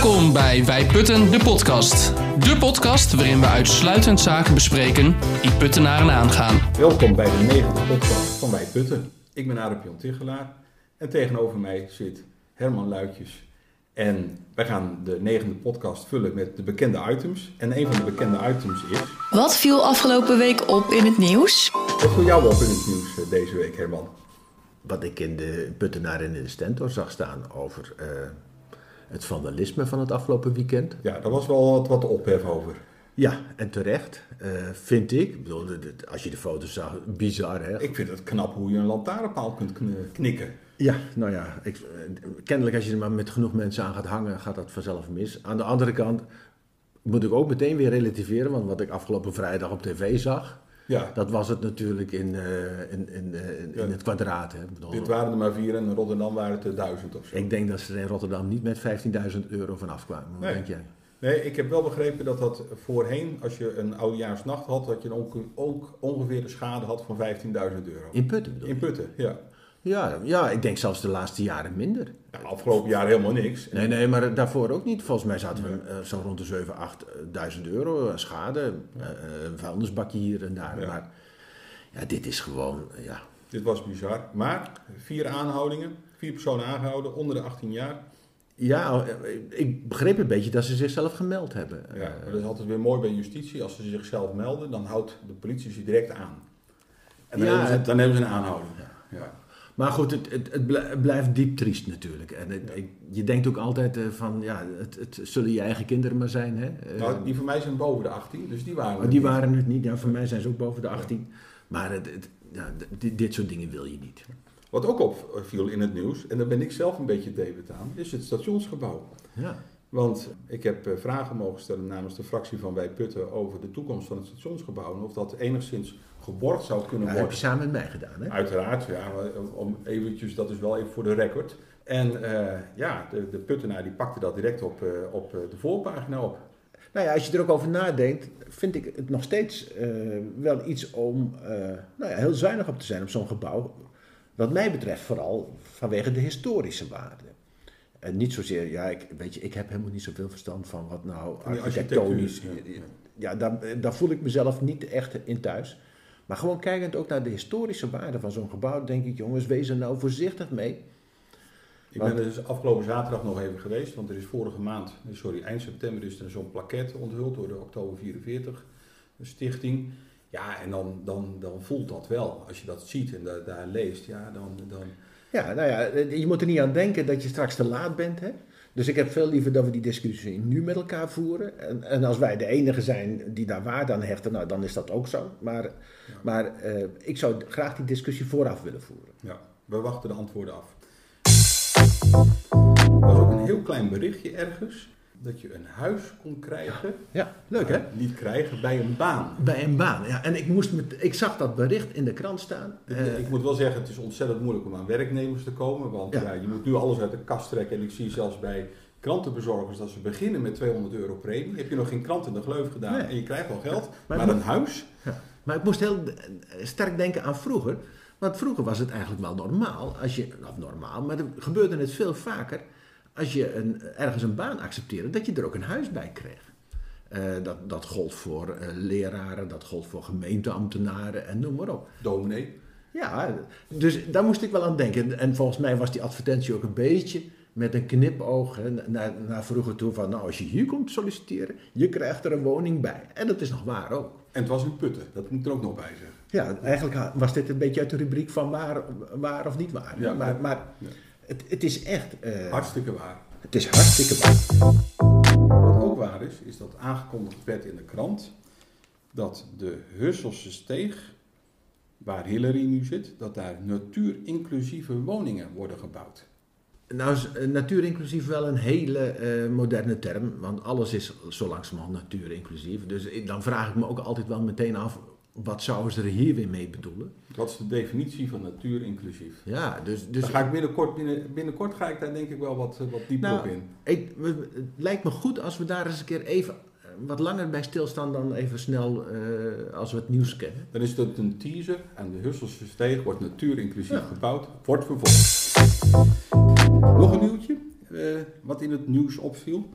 Welkom bij Wij Putten, de podcast. De podcast waarin we uitsluitend zaken bespreken die Puttenaren aangaan. Welkom bij de 9e podcast van Wij Putten. Ik ben Arendt Jan Tichelaar en tegenover mij zit Herman Luitjes. En wij gaan de 9e podcast vullen met de bekende items. En een van de bekende items is... Wat viel afgelopen week op in het nieuws? Wat viel jou op in het nieuws deze week, Herman? Wat ik in de Puttenaar in de Stentor zag staan over het vandalisme van het afgelopen weekend. Ja, daar was wel wat ophef over. Ja, en terecht, vind ik. Ik bedoel, als je de foto's zag, bizar hè. Ik vind het knap hoe je een lantaarnpaal kunt knikken. Ja, nou ja, kennelijk als je er maar met genoeg mensen aan gaat hangen, gaat dat vanzelf mis. Aan de andere kant moet ik ook meteen weer relativeren, want wat ik afgelopen vrijdag op tv zag, ja. Dat was het natuurlijk in het kwadraat. Hè. Dit waren er maar 4 en in Rotterdam waren het er 1000 of zo. Ik denk dat ze er in Rotterdam niet met €15.000 vanaf kwamen. Wat denk jij? Nee, ik heb wel begrepen dat voorheen, als je een oudejaarsnacht had, dat je ook ongeveer de schade had van €15.000. In Putten bedoel je? In Putten, ja. Ja, ik denk zelfs de laatste jaren minder. Ja, afgelopen jaar helemaal niks. Nee, maar daarvoor ook niet. Volgens mij zaten we zo rond de €7.000, 8.000 schade. Een vuilnisbakje hier en daar. Ja. Maar ja, dit is gewoon, ja. Dit was bizar. Maar 4 aanhoudingen, 4 personen aangehouden onder de 18 jaar. Ja, ik begreep een beetje dat ze zichzelf gemeld hebben. Ja, maar dat is altijd weer mooi bij justitie. Als ze zichzelf melden, dan houdt de politie ze direct aan. En dan hebben ze een aanhouding. Ja. Maar goed, het blijft diep triest natuurlijk. En je denkt ook altijd van, ja, het zullen je eigen kinderen maar zijn. Hè? Nou, die van mij zijn boven de 18, dus die waren het niet. Waren het niet. Ja, voor mij zijn ze ook boven de 18. Maar dit soort dingen wil je niet. Wat ook opviel in het nieuws, en daar ben ik zelf een beetje debet aan, is het stationsgebouw. Ja. Want ik heb vragen mogen stellen namens de fractie van Wij Putten over de toekomst van het stationsgebouw. En of dat enigszins geborgd zou kunnen worden. Dat heb je samen met mij gedaan, hè? Uiteraard, ja. Om eventjes, dat is wel even voor de record. En de Puttenaar die pakte dat direct op de voorpagina op. Nou ja, als je er ook over nadenkt, vind ik het nog steeds wel iets om heel zuinig op te zijn op zo'n gebouw. Wat mij betreft vooral vanwege de historische waarde. En niet zozeer, ik heb helemaal niet zoveel verstand van wat nou architectonisch... Ja, daar voel ik mezelf niet echt in thuis. Maar gewoon kijkend ook naar de historische waarde van zo'n gebouw, denk ik, jongens, wees er nou voorzichtig mee. Ik ben er dus afgelopen zaterdag nog even geweest, want er is eind september is er zo'n plaquette onthuld door de Oktober 44 stichting. Ja, en dan voelt dat wel. Als je dat ziet en daar leest, ja, dan... Ja, nou ja, je moet er niet aan denken dat je straks te laat bent, hè. Dus ik heb veel liever dat we die discussie nu met elkaar voeren. En als wij de enige zijn die daar waarde aan hechten, nou, dan is dat ook zo. Maar ik zou graag die discussie vooraf willen voeren. Ja, we wachten de antwoorden af. Er was ook een heel klein berichtje ergens dat je een huis kon krijgen. Ja, leuk hè? Niet krijgen, bij een baan. Bij een baan, ja. En ik zag dat bericht in de krant staan. Ik moet wel zeggen, het is ontzettend moeilijk om aan werknemers te komen. Want je moet nu alles uit de kast trekken. En ik zie zelfs bij krantenbezorgers dat ze beginnen met €200 premie. Heb je nog geen krant in de gleuf gedaan en je krijgt al geld. Maar een huis... Ja. Maar ik moest heel sterk denken aan vroeger. Want vroeger was het eigenlijk wel normaal. Maar er gebeurde het veel vaker. Als je ergens een baan accepteerde, dat je er ook een huis bij kreeg. Dat gold voor leraren, dat gold voor gemeenteambtenaren en noem maar op. Dominee. Ja, dus daar moest ik wel aan denken. En volgens mij was die advertentie ook een beetje met een knipoog naar vroeger toe van... Nou, als je hier komt solliciteren, je krijgt er een woning bij. En dat is nog waar ook. En het was in Putten, dat moet ik er ook nog bij zeggen. Ja, eigenlijk was dit een beetje uit de rubriek van waar of niet waar. Ja, maar het is echt... hartstikke waar. Het is hartstikke waar. Wat ook waar is dat aangekondigd werd in de krant dat de Husselse Steeg, waar Hillary nu zit, dat daar natuurinclusieve woningen worden gebouwd. Nou is natuurinclusief wel een hele moderne term, want alles is zo langzamerhand natuurinclusief. Dus dan vraag ik me ook altijd wel meteen af, wat zouden ze er hier weer mee bedoelen? Wat is de definitie van natuurinclusief? Ja, dus dan ga ik binnenkort ga ik daar denk ik wel wat dieper op in. Het lijkt me goed als we daar eens een keer even wat langer bij stilstaan dan even snel als we het nieuws kennen. Dan is het een teaser en de Husselse Steeg wordt natuurinclusief gebouwd, wordt vervolgd. Nog een nieuwtje, wat in het nieuws opviel.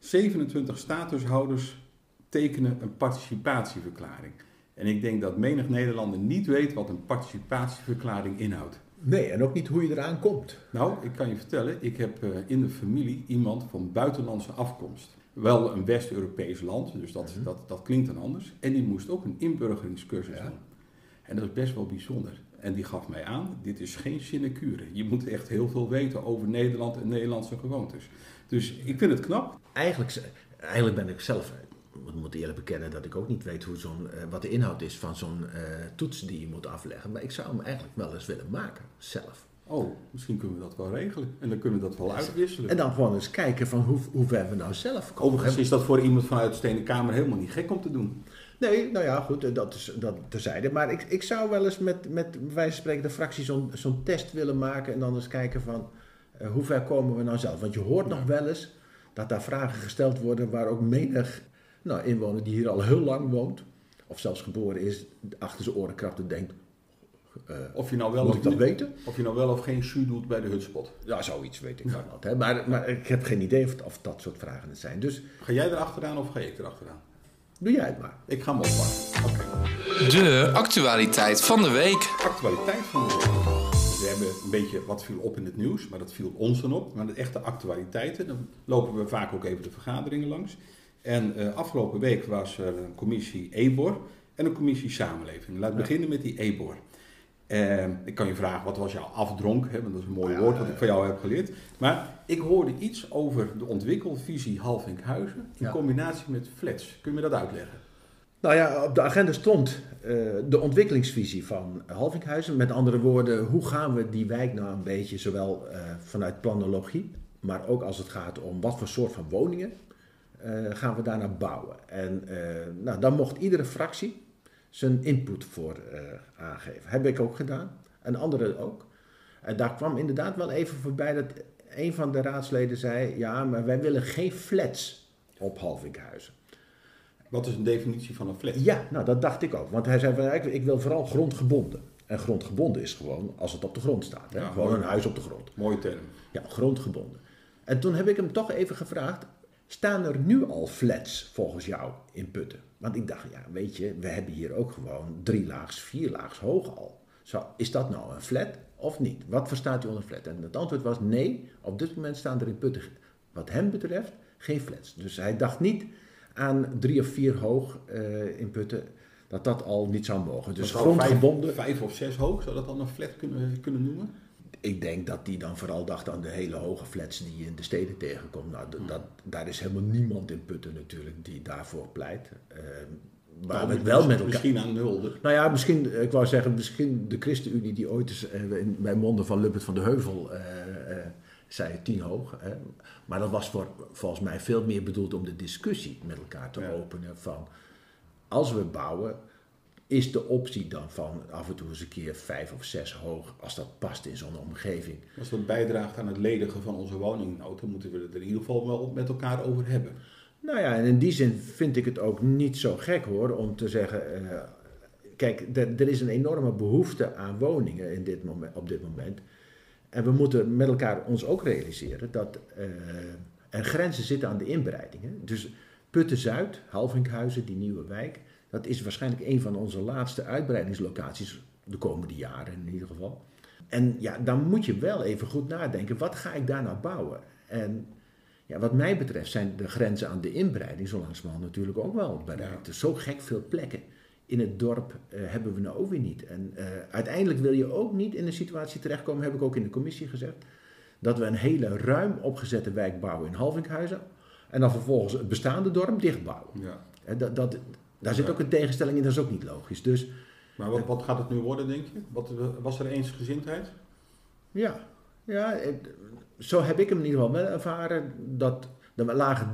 27 statushouders tekenen een participatieverklaring. En ik denk dat menig Nederlander niet weet wat een participatieverklaring inhoudt. Nee, en ook niet hoe je eraan komt. Nou, ik kan je vertellen, ik heb in de familie iemand van buitenlandse afkomst. Wel een West-Europees land, dus dat klinkt dan anders. En die moest ook een inburgeringscursus doen. En dat is best wel bijzonder. En die gaf mij aan, dit is geen sinecure. Je moet echt heel veel weten over Nederland en Nederlandse gewoontes. Dus ik vind het knap. Eigenlijk ben ik zelf, ik moet eerlijk bekennen dat ik ook niet weet wat de inhoud is van zo'n toets die je moet afleggen. Maar ik zou hem eigenlijk wel eens willen maken, zelf. Oh, misschien kunnen we dat wel regelen. En dan kunnen we dat wel uitwisselen. En dan gewoon eens kijken van hoe ver we nou zelf komen. Overigens is dat voor iemand vanuit de Stenen Kamer helemaal niet gek om te doen. Nee, nou ja, goed, dat terzijde. Maar ik zou wel eens met wijze van spreken de fractie zo'n test willen maken. En dan eens kijken van hoe ver komen we nou zelf. Want je hoort nog wel eens dat daar vragen gesteld worden waar ook menig inwoner die hier al heel lang woont. Of zelfs geboren is, achter zijn oren krabt en denkt... Of je nou wel moet ik dat weten? Of je nou wel of geen jus doet bij de hutspot. Ja, zoiets weet ik van dat. Hè. Maar ik heb geen idee of dat soort vragen het zijn. Dus, ga jij erachteraan of ga ik erachteraan? Doe jij het maar. Ik ga hem oppakken. Okay. De actualiteit van de week. Actualiteit van de week. We hebben een beetje wat viel op in het nieuws, maar dat viel ons dan op. Maar de echte actualiteiten, dan lopen we vaak ook even de vergaderingen langs. En afgelopen week was er een commissie EBOR en een commissie Samenleving. Laten we beginnen met die EBOR. Ik kan je vragen, wat was jouw afdronk? Hè? Want dat is een mooi woord wat ik van jou heb geleerd. Maar ik hoorde iets over de ontwikkelvisie Halvinkhuizen in combinatie met flats. Kun je me dat uitleggen? Nou ja, op de agenda stond de ontwikkelingsvisie van Halvinkhuizen. Met andere woorden, hoe gaan we die wijk nou een beetje, zowel vanuit planologie, maar ook als het gaat om wat voor soort van woningen gaan we daarna bouwen. En dan mocht iedere fractie zijn input voor aangeven. Heb ik ook gedaan. En anderen ook. En daar kwam inderdaad wel even voorbij dat een van de raadsleden zei... ja, maar wij willen geen flats op Halvinkhuizen. Wat is een definitie van een flat? Ja, nou dat dacht ik ook. Want hij zei van, ik wil vooral grondgebonden. En grondgebonden is gewoon als het op de grond staat. Hè? Ja, gewoon een huis op de grond. Mooie term. Ja, grondgebonden. En toen heb ik hem toch even gevraagd... staan er nu al flats volgens jou in Putten? Want ik dacht, ja, weet je, we hebben hier ook gewoon 3 laags, 4 laags hoog al. Is dat nou een flat of niet? Wat verstaat u onder flat? En het antwoord was nee, op dit moment staan er in Putten, wat hem betreft, geen flats. Dus hij dacht niet aan 3 of 4 hoog in Putten, dat al niet zou mogen. Dus grondgebonden... 5 of 6 hoog, zou dat dan een flat kunnen noemen? Ik denk dat die dan vooral dacht aan de hele hoge flats die je in de steden tegenkomt. Nou, daar is helemaal niemand in Putten natuurlijk die daarvoor pleit. Waar we het wel met elkaar... Misschien aan nul. Nou ja, misschien de ChristenUnie die ooit eens bij monden van Lubbert van de Heuvel zei 10 hoog. Maar dat was volgens mij veel meer bedoeld om de discussie met elkaar te openen van... als we bouwen... is de optie dan van af en toe eens een keer 5 of 6 hoog, als dat past in zo'n omgeving. Als dat bijdraagt aan het ledigen van onze woningnood, dan moeten we het er in ieder geval wel met elkaar over hebben. Nou ja, en in die zin vind ik het ook niet zo gek hoor, om te zeggen... kijk, er is een enorme behoefte aan woningen op dit moment. En we moeten met elkaar ons ook realiseren dat er grenzen zitten aan de inbreidingen. Dus Putten-Zuid, Halvinkhuizen, die nieuwe wijk... dat is waarschijnlijk een van onze laatste uitbreidingslocaties, de komende jaren in ieder geval. En ja, dan moet je wel even goed nadenken, wat ga ik daar nou bouwen? En ja, wat mij betreft zijn de grenzen aan de inbreiding zo langzamerhand natuurlijk ook wel bereikt. Dus zo gek veel plekken in het dorp hebben we nou ook weer niet. En uiteindelijk wil je ook niet in een situatie terechtkomen, heb ik ook in de commissie gezegd, dat we een hele ruim opgezette wijk bouwen in Halvinkhuizen en dan vervolgens het bestaande dorp dichtbouwen. Ja. Daar zit ook een tegenstelling in, dat is ook niet logisch. Dus, maar wat gaat het nu worden, denk je? Was er eensgezindheid? Ja, zo heb ik hem in ieder geval wel ervaren. Er lagen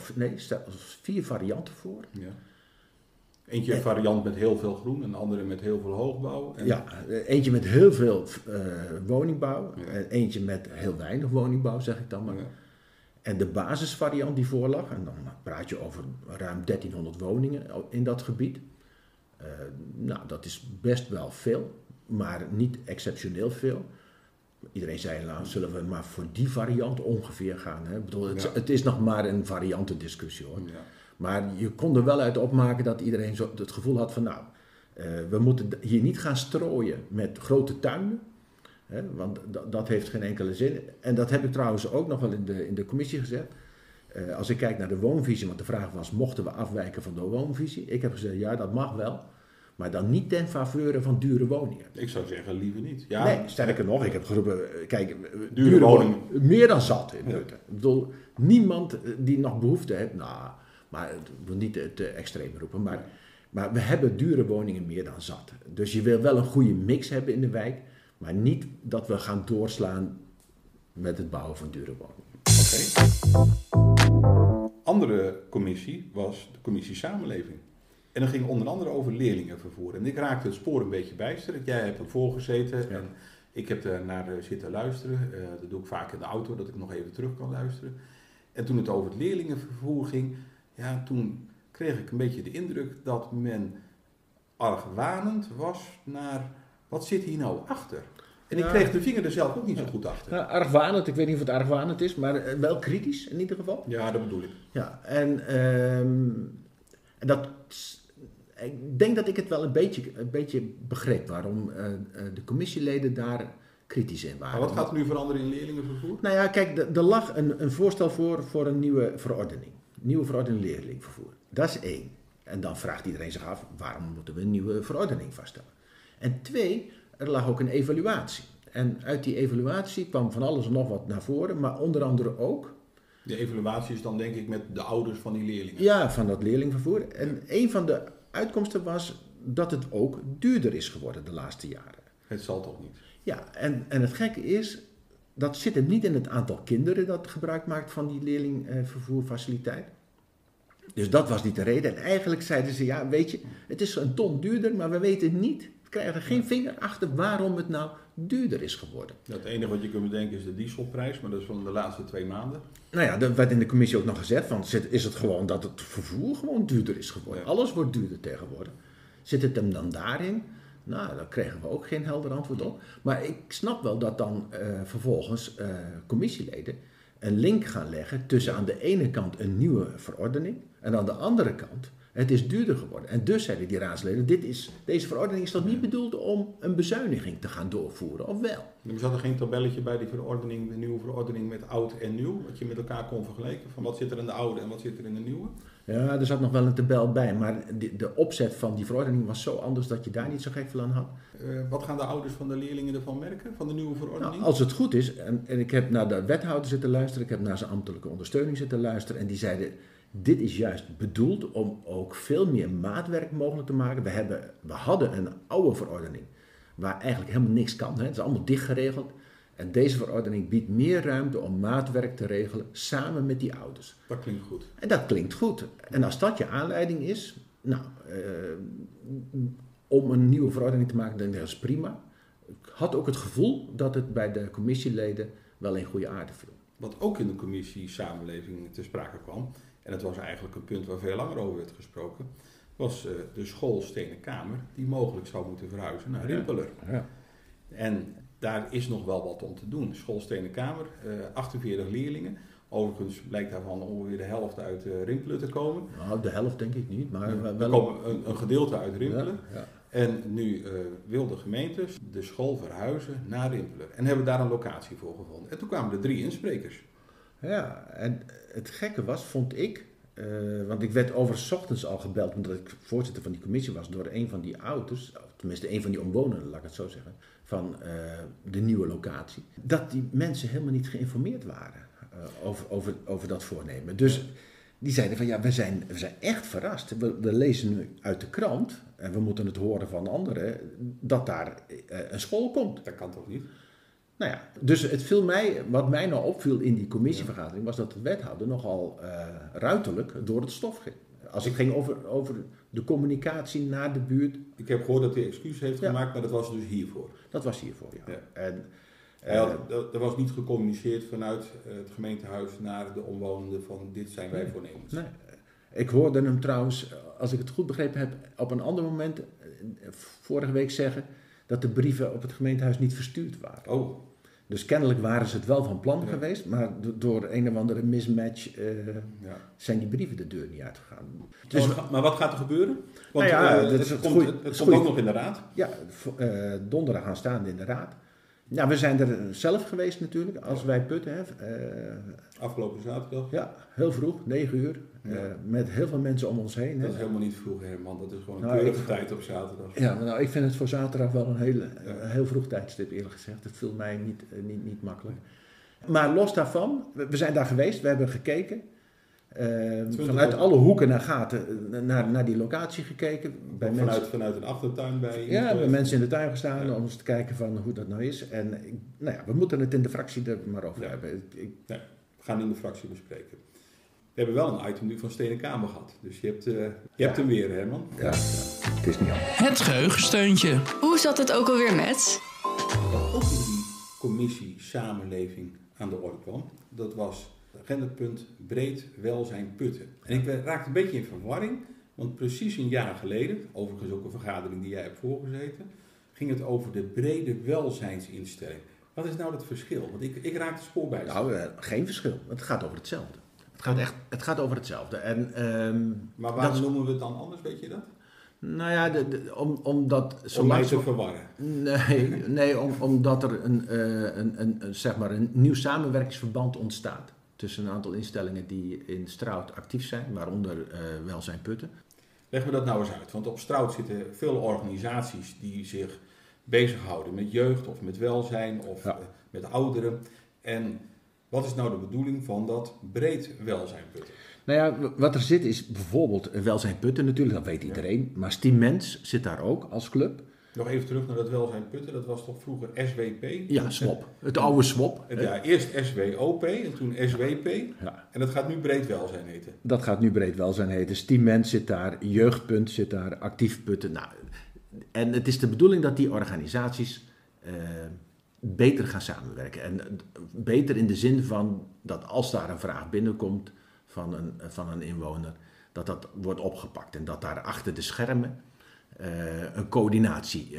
4 varianten voor. Ja. Eentje een variant met heel veel groen, een andere met heel veel hoogbouw. Ja, eentje met heel veel woningbouw. En eentje met heel weinig woningbouw, zeg ik dan maar. Ja. En de basisvariant die voorlag, en dan praat je over ruim 1300 woningen in dat gebied. Nou, dat is best wel veel, maar niet exceptioneel veel. Iedereen zei, nou, zullen we maar voor die variant ongeveer gaan. Hè? Ik bedoel, het is nog maar een variantendiscussie hoor. Ja. Maar je kon er wel uit opmaken dat iedereen zo het gevoel had van, nou, we moeten hier niet gaan strooien met grote tuinen. Hè? Want dat heeft geen enkele zin. En dat heb ik trouwens ook nog wel in de commissie gezegd. Als ik kijk naar de woonvisie, want de vraag was, mochten we afwijken van de woonvisie? Ik heb gezegd, ja, dat mag wel. Maar dan niet ten faveur van dure woningen. Ik zou zeggen, liever niet. Ja, nee, sterker nog, ik heb geroepen, kijk, dure woningen. Meer dan zat in Nutten. Ik bedoel, niemand die nog behoefte heeft, nou, maar ik wil niet te extreem roepen, maar we hebben dure woningen meer dan zat. Dus je wil wel een goede mix hebben in de wijk, maar niet dat we gaan doorslaan met het bouwen van dure woningen. Andere commissie was de commissie Samenleving. En dat ging onder andere over leerlingenvervoer. En ik raakte het spoor een beetje bijster. Jij hebt ervoor gezeten en ik heb er naar zitten luisteren. Dat doe ik vaak in de auto, dat ik nog even terug kan luisteren. En toen het over het leerlingenvervoer ging, ja, toen kreeg ik een beetje de indruk dat men argwanend was naar, wat zit hier nou achter? En ik kreeg de vinger er zelf ook niet zo goed achter. Nou, argwanend, ik weet niet of het argwanend is, maar wel kritisch in ieder geval. Ja, dat bedoel ik. Ja, en ik denk dat ik het wel een beetje begreep waarom de commissieleden daar kritisch in waren. Maar wat gaat er nu veranderen in leerlingenvervoer? Nou ja, kijk, er lag een voorstel voor een nieuwe verordening. Nieuwe verordening leerlingvervoer. Dat is 1. En dan vraagt iedereen zich af, waarom moeten we een nieuwe verordening vaststellen? En 2, er lag ook een evaluatie. En uit die evaluatie kwam van alles en nog wat naar voren, maar onder andere ook... De evaluatie is dan denk ik met de ouders van die leerlingen. Ja, van dat leerlingvervoer. En een van de uitkomsten was dat het ook duurder is geworden de laatste jaren. Het zal toch niet? Ja, en het gekke is, dat zit hem niet in het aantal kinderen dat gebruik maakt van die leerlingvervoerfaciliteit. Dus dat was niet de reden. En eigenlijk zeiden ze, ja, weet je, het is een ton duurder, maar we weten niet, we krijgen geen vinger achter waarom het nou duurder is geworden. Het enige wat je kunt bedenken is de dieselprijs, maar dat is van de laatste 2 maanden. Nou ja, dat werd in de commissie ook nog gezegd, van, is het gewoon dat het vervoer gewoon duurder is geworden. Ja. Alles wordt duurder tegenwoordig. Zit het hem dan daarin? Nou, daar kregen we ook geen helder antwoord op. Maar ik snap wel dat dan vervolgens commissieleden een link gaan leggen tussen aan de ene kant een nieuwe verordening en aan de andere kant het is duurder geworden. En dus zeiden die raadsleden, deze verordening is toch niet bedoeld om een bezuiniging te gaan doorvoeren, of wel? Er zat er geen tabelletje bij die verordening, de nieuwe verordening met oud en nieuw, wat je met elkaar kon vergelijken, van wat zit er in de oude en wat zit er in de nieuwe? Ja, er zat nog wel een tabel bij, maar de opzet van die verordening was zo anders dat je daar niet zo gek veel aan had. Wat gaan de ouders van de leerlingen ervan merken, van de nieuwe verordening? Nou, als het goed is, en ik heb naar de wethouder zitten luisteren, ik heb naar zijn ambtelijke ondersteuning zitten luisteren en die zeiden, dit is juist bedoeld om ook veel meer maatwerk mogelijk te maken. We hadden een oude verordening waar eigenlijk helemaal niks kan, hè. Het is allemaal dicht geregeld. En deze verordening biedt meer ruimte om maatwerk te regelen samen met die ouders. Dat klinkt goed. En dat klinkt goed. En als dat je aanleiding is, nou, om een nieuwe verordening te maken, denk ik dat is prima. Ik had ook het gevoel dat het bij de commissieleden wel in goede aarde viel. Wat ook in de commissie Samenleving ter sprake kwam, en dat was eigenlijk een punt waar veel langer over werd gesproken, was de school Stenen Kamer, die mogelijk zou moeten verhuizen naar Rimpeler. Ja. En daar is nog wel wat om te doen. School Stenen Kamer, 48 leerlingen. Overigens blijkt daarvan ongeveer de helft uit Rimpeler te komen. Nou, de helft denk ik niet, maar er komt een gedeelte uit Rimpeler. Ja. En nu wil de gemeente de school verhuizen naar Rimpeler. En hebben daar een locatie voor gevonden. En toen kwamen er 3 insprekers. Ja, en het gekke was, vond ik, want ik werd overigens 's ochtends al gebeld, omdat ik voorzitter van die commissie was, door een van die ouders, of tenminste een van die omwonenden, laat ik het zo zeggen, van de nieuwe locatie, dat die mensen helemaal niet geïnformeerd waren over dat voornemen. Dus die zeiden van ja, we zijn echt verrast. We lezen nu uit de krant, en we moeten het horen van anderen, dat daar een school komt. Dat kan toch niet? Nou ja, dus het viel mij, wat mij nou opviel in die commissievergadering, was dat de wethouder nogal ruiterlijk door het stof ging. Als het ging over de communicatie naar de buurt. Ik heb gehoord dat hij excuus heeft gemaakt, maar dat was dus hiervoor. Dat was hiervoor, ja. En, er was niet gecommuniceerd vanuit het gemeentehuis naar de omwonenden van dit zijn wij voornemens. Nee. Ik hoorde hem trouwens, als ik het goed begrepen heb, op een ander moment, vorige week zeggen, dat de brieven op het gemeentehuis niet verstuurd waren. Oh. Dus kennelijk waren ze het wel van plan geweest, maar door een of andere mismatch zijn die brieven de deur niet uitgegaan. Dus, maar wat gaat er gebeuren? Want het komt ook nog in de raad. Ja, donderdag gaan staan in de raad. Ja, we zijn er zelf geweest natuurlijk, als wij Putten. Afgelopen zaterdag. Ja, heel vroeg, 9 uur. Met heel veel mensen om ons heen. Dat is helemaal niet vroeg, Herman. Dat is gewoon een keurige tijd op zaterdag. Ja, maar ik vind het voor zaterdag wel een heel vroeg tijdstip, eerlijk gezegd. Het viel mij niet makkelijk. Maar los daarvan, we zijn daar geweest, we hebben gekeken. Vanuit alle hoeken en gaten naar die locatie gekeken. Vanuit een achtertuin bij... Ja, bij mensen in de tuin gestaan om eens te kijken van hoe dat nou is. En we moeten het in de fractie er maar over hebben. We gaan in de fractie bespreken. We hebben wel een item nu van Stenen Kamer gehad. Dus je hebt hem weer, Herman. Ja, het is niet anders. Het geheugensteuntje. Hoe zat het ook alweer met? Wat ook in die commissie Samenleving aan de orde kwam, dat was het agendapunt breed welzijn Putten. En ik raakte een beetje in verwarring, want precies een jaar geleden, overigens ook een vergadering die jij hebt voorgezeten, ging het over de brede welzijnsinstelling. Wat is nou het verschil? Want ik raak het spoor bij. Nou, geen verschil. Het gaat over hetzelfde. Het gaat over hetzelfde. Maar waarom noemen we het dan anders, weet je dat? Nou ja, omdat... Om mij te verwarren. Nee, omdat er een nieuw samenwerkingsverband ontstaat tussen een aantal instellingen die in Strout actief zijn, waaronder Welzijn Putten. Leggen we dat nou eens uit, want op Strout zitten veel organisaties die zich bezighouden met jeugd of met welzijn of met ouderen. En wat is nou de bedoeling van dat breed welzijn Putten? Nou ja, wat er zit is bijvoorbeeld Welzijn Putten natuurlijk, dat weet iedereen. Maar Stiemens zit daar ook als club. Nog even terug naar dat Welzijn Putten, dat was toch vroeger SWP? Ja, SWOP. Het oude SWOP. Ja, eerst SWOP en toen SWP. Ja. En dat gaat nu breed welzijn heten. Dat gaat nu breed welzijn heten. Stiemens zit daar, Jeugdpunt zit daar, Actief Putten. Nou, en het is de bedoeling dat die organisaties beter gaan samenwerken. En beter in de zin van dat als daar een vraag binnenkomt van een inwoner, dat wordt opgepakt. En dat daar achter de schermen een coördinatie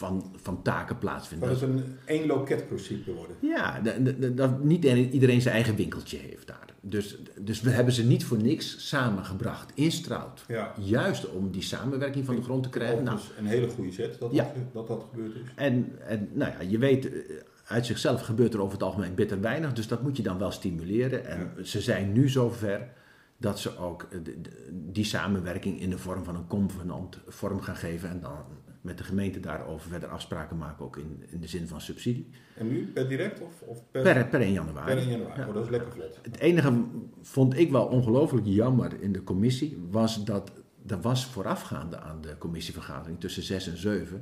van taken plaatsvindt. Dat het een één loketprincipe worden. Ja, dat niet iedereen zijn eigen winkeltje heeft daar. Dus we hebben ze niet voor niks samengebracht in Strout. Ja. Juist om die samenwerking van de grond te krijgen. Dat is een hele goede zet dat gebeurd is. En nou ja, je weet, uit zichzelf gebeurt er over het algemeen bitter weinig. Dus dat moet je dan wel stimuleren. En ze zijn nu zover dat ze ook die samenwerking in de vorm van een convenant vorm gaan geven. En dan met de gemeente daarover verder afspraken maken, ook in de zin van subsidie. En nu per direct of per 1 januari? Per 1 januari, dat is lekker vlot. Het enige vond ik wel ongelooflijk jammer in de commissie, was dat er was voorafgaande aan de commissievergadering tussen 6 en 7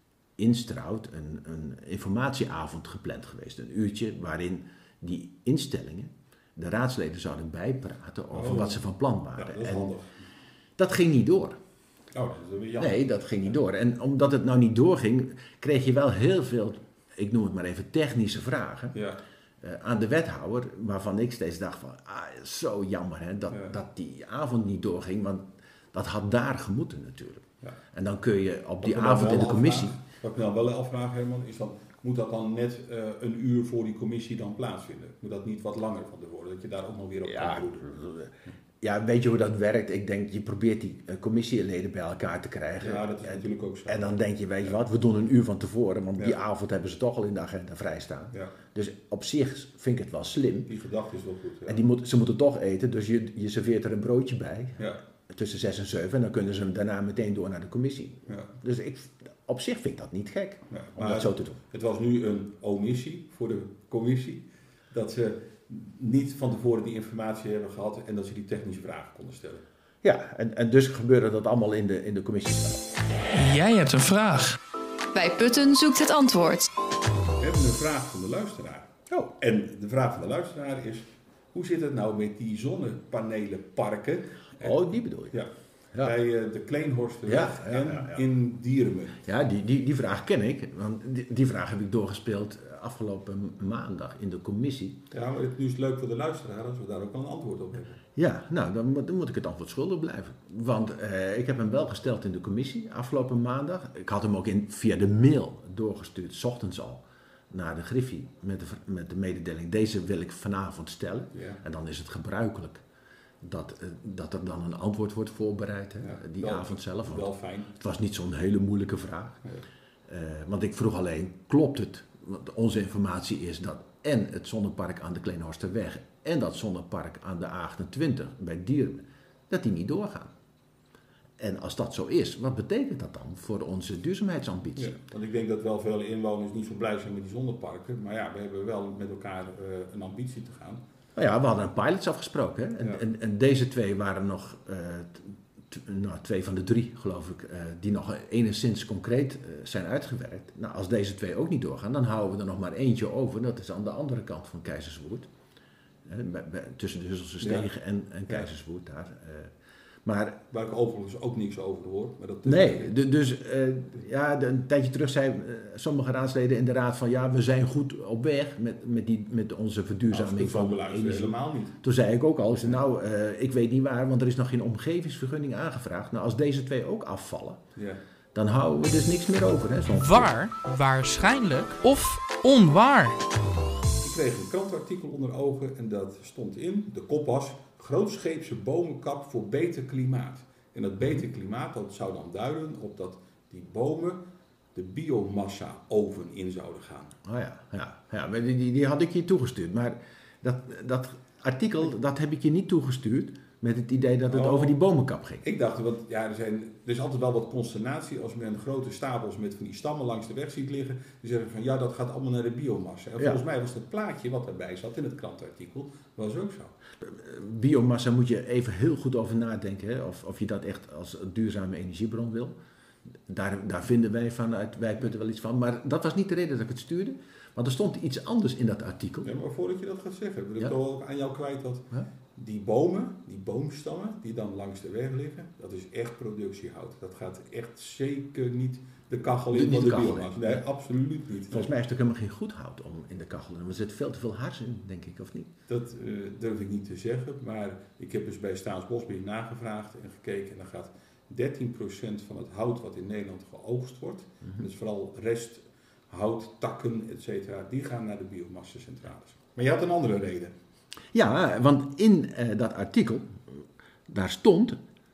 in Strout een informatieavond gepland geweest. Een uurtje waarin die instellingen, de raadsleden zouden bijpraten over wat ze van plan waren. Ja, dat is handig. Dat ging niet door. Oh, dat is weer jammer. Nee, dat ging niet door. En omdat het nou niet doorging, kreeg je wel heel veel, ik noem het maar even, technische vragen aan de wethouder, waarvan ik steeds dacht van, zo jammer hè, dat die avond niet doorging, want dat had daar gemoeten natuurlijk. Ja. En dan kun je op die avond in de commissie... Wat ik nou wel afvraag, Herman, is dan, moet dat dan net een uur voor die commissie dan plaatsvinden? Moet dat niet wat langer van tevoren, dat je daar ook nog weer op kan broeden? Ja, weet je hoe dat werkt? Ik denk, je probeert die commissieleden bij elkaar te krijgen. Ja, dat is natuurlijk ook zo. En dan denk je, weet je wat, we doen een uur van tevoren, want die avond hebben ze toch al in de agenda vrijstaan. Ja. Dus op zich vind ik het wel slim. Die gedachte is wel goed. Ja. En ze moeten toch eten, dus je serveert er een broodje bij, tussen 6 en 7, en dan kunnen ze daarna meteen door naar de commissie. Ja. Dus op zich vind ik dat niet gek, om dat zo te doen. Het was nu een omissie voor de commissie, dat ze niet van tevoren die informatie hebben gehad en dat ze die technische vragen konden stellen. Ja, en dus gebeurde dat allemaal in de commissie. Jij hebt een vraag. Bij Putten zoekt het antwoord. We hebben een vraag van de luisteraar. Oh. En de vraag van de luisteraar is, hoe zit het nou met zonnepanelenparken? Oh, die bedoel je? Ja. Ja. Bij de Kleinhorsterweg in Dierenmunt. Ja, die vraag ken ik, want die vraag heb ik doorgespeeld afgelopen maandag in de commissie. Ja, maar nu is het leuk voor de luisteraar als we daar ook al een antwoord op hebben. Ja, nou, dan moet ik het antwoord schuldig blijven. Want ik heb hem wel gesteld in de commissie afgelopen maandag. Ik had hem ook via de mail doorgestuurd, 's ochtends al, naar de Griffie met de mededeling, deze wil ik vanavond stellen. Ja. En dan is het gebruikelijk dat er dan een antwoord wordt voorbereid, die avond zelf. Wel fijn. Het was niet zo'n hele moeilijke vraag. Ja. Want ik vroeg alleen, klopt het? Want onze informatie is dat en het zonnepark aan de Kleinhorsterweg en dat zonnepark aan de A28 bij Diemen, dat die niet doorgaan. En als dat zo is, wat betekent dat dan voor onze duurzaamheidsambitie? Ja, want ik denk dat wel veel inwoners niet zo blij zijn met die zonneparken. Maar ja, we hebben wel met elkaar een ambitie te gaan. Nou ja, we hadden een pilots afgesproken. Hè? En deze twee waren nog 2 van de 3, geloof ik, die nog enigszins concreet zijn uitgewerkt. Nou, als deze 2 ook niet doorgaan, dan houden we er nog maar eentje over. Dat is aan de andere kant van Keizerswoerd. Tussen de Husselse Stegen en Keizerswoerd daar. Maar, waar ik overigens ook niks over hoor. Maar dat een tijdje terug zei sommige raadsleden in de raad van ja, we zijn goed op weg met onze verduurzaming van energie. Helemaal niet. Toen zei ik ook al, ik weet niet waar, want er is nog geen omgevingsvergunning aangevraagd. Nou, als deze 2 ook afvallen, dan houden we dus niks meer over. Hè, waar, waarschijnlijk of onwaar. Ik kreeg een krantartikel onder ogen en dat stond in, de kop was, grootscheepse bomenkap voor beter klimaat. En dat beter klimaat, dat zou dan duiden op dat die bomen de biomassa-oven in zouden gaan. Oh ja, maar die had ik je toegestuurd. Maar dat artikel, dat heb ik je niet toegestuurd met het idee dat het over die bomenkap ging. Ik dacht, want ja, er is altijd wel wat consternatie als men grote stapels met van die stammen langs de weg ziet liggen. Die zeggen van ja, dat gaat allemaal naar de biomassa. En volgens mij was het plaatje wat daarbij zat in het krantartikel, was ook zo. Biomassa moet je even heel goed over nadenken, hè? Of je dat echt als duurzame energiebron wil. Daar vinden wij vanuit Wijputten wel iets van. Maar dat was niet de reden dat ik het stuurde. Want er stond iets anders in dat artikel. Ja, maar voordat je dat gaat zeggen, wil ik toch aan jou kwijt dat die bomen, die boomstammen die dan langs de weg liggen, dat is echt productiehout. Dat gaat echt zeker niet de kachel in van de biomassa. Nee, absoluut niet. Volgens mij is het ook helemaal geen goed hout om in de kachel. Er zit veel te veel hars in, denk ik, of niet? Dat durf ik niet te zeggen, maar ik heb dus bij Staatsbosbeheer nagevraagd en gekeken en dan gaat 13% van het hout wat in Nederland geoogst wordt, en dus vooral resthout, takken, etc., die gaan naar de biomassacentrales. Maar je had een andere reden. Ja, want in dat artikel, daar stond,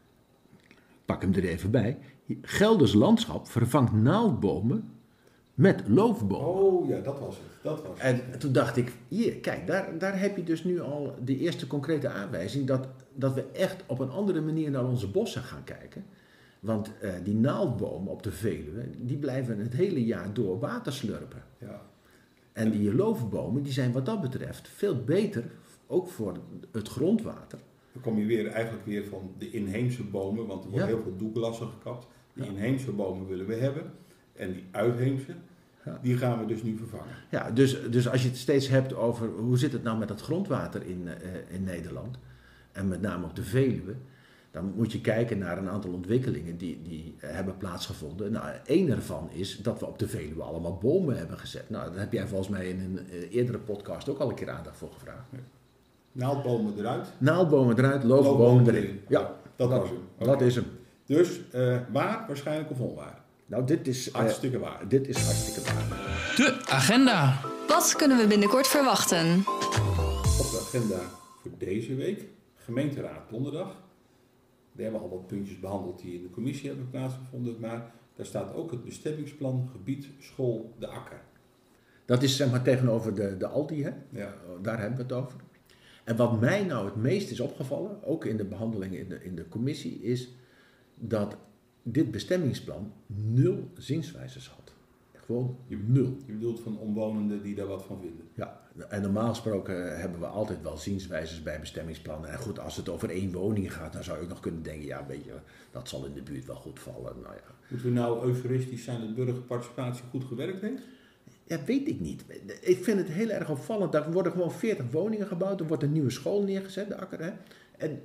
pak hem er even bij, Gelders landschap vervangt naaldbomen met loofbomen. Oh ja, dat was het. En toen dacht ik, hier, kijk, daar heb je dus nu al de eerste concrete aanwijzing dat we echt op een andere manier naar onze bossen gaan kijken. Want die naaldbomen op de Veluwe, die blijven het hele jaar door water slurpen. Ja. En die loofbomen, die zijn wat dat betreft veel beter, ook voor het grondwater. Dan kom je eigenlijk weer van de inheemse bomen, want er wordt heel veel doekelassen gekapt. Die inheemse bomen willen we hebben. En die uitheemse, die gaan we dus nu vervangen. Ja, dus als je het steeds hebt over hoe zit het nou met dat grondwater in Nederland, en met name op de Veluwe, dan moet je kijken naar een aantal ontwikkelingen die hebben plaatsgevonden. Nou, één ervan is dat we op de Veluwe allemaal bomen hebben gezet. Nou, daar heb jij volgens mij in een eerdere podcast ook al een keer aandacht voor gevraagd. Ja. Naaldbomen eruit. Naaldbomen eruit, loofbomen erin. Ja, dat was hem. Okay. Dat is hem. Dus waar, waarschijnlijk of onwaar? Nou, dit is hartstikke waar. Dit is hartstikke waar. De agenda. Wat kunnen we binnenkort verwachten? Op de agenda voor deze week, gemeenteraad donderdag. We hebben al wat puntjes behandeld die in de commissie hebben plaatsgevonden, maar daar staat ook het bestemmingsplan gebied school De Akker. Dat is zeg maar tegenover de Aldi, hè? Ja. Daar hebben we het over. En wat mij nou het meest is opgevallen, ook in de behandeling in de commissie, is dat dit bestemmingsplan 0 zienswijzes had. Gewoon 0. Je bedoelt van omwonenden die daar wat van vinden? Ja, en normaal gesproken hebben we altijd wel zienswijzes bij bestemmingsplannen. En goed, als het over 1 woning gaat, dan zou je ook nog kunnen denken, ja, weet je, dat zal in de buurt wel goed vallen. Nou ja. Moeten we nou euforistisch zijn dat burgerparticipatie goed gewerkt heeft? Ja, weet ik niet. Ik vind het heel erg opvallend. Er worden gewoon 40 woningen gebouwd. Er wordt een nieuwe school neergezet, De Akker. Hè? En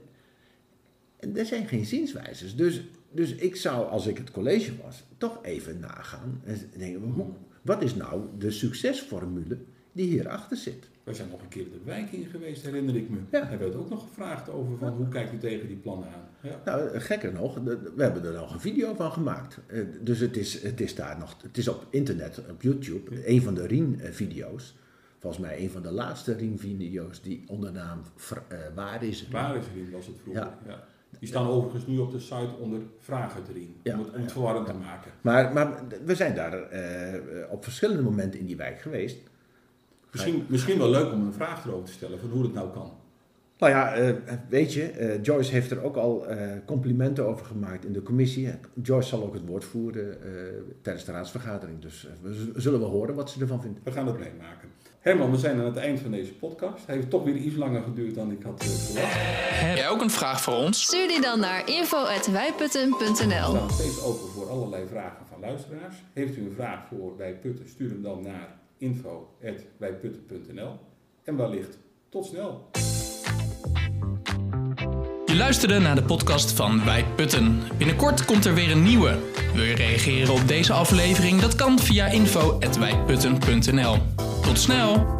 er zijn geen zienswijzes. Dus ik zou, als ik het college was, toch even nagaan. En denken, wat is nou de succesformule die hierachter zit? We zijn nog een keer de wijk in geweest, herinner ik me. Ja. Hebben we het ook nog gevraagd over van hoe kijkt u tegen die plannen aan? Ja. Nou, gekker nog, we hebben er nog een video van gemaakt. Dus het is daar nog, het is op internet, op YouTube, een van de Rien-video's. Volgens mij een van de laatste Rien-video's die onder naam Waar is Rien? Waar is Rien was het vroeger. Ja. Ja. Die staan overigens nu op de site onder Vragen te Rien. Ja. Om het verwarrend te maken. Maar we zijn daar op verschillende momenten in die wijk geweest. Misschien wel leuk om een vraag erover te stellen van hoe het nou kan. Nou ja, weet je, Joyce heeft er ook al complimenten over gemaakt in de commissie. Joyce zal ook het woord voeren tijdens de raadsvergadering. Dus we zullen wel horen wat ze ervan vindt. We gaan het meemaken. Herman, we zijn aan het eind van deze podcast. Hij heeft toch weer iets langer geduurd dan ik had verwacht. Heb jij ook een vraag voor ons? Stuur die dan naar info@wijputten.nl. We staan nog steeds open voor allerlei vragen van luisteraars. Heeft u een vraag voor Wij Putten, stuur hem dan naar info@wijputten.nl. En wellicht tot snel. Je luisterde naar de podcast van Wij Putten. Binnenkort komt er weer een nieuwe. Wil je reageren op deze aflevering? Dat kan via info@wijputten.nl. Tot snel!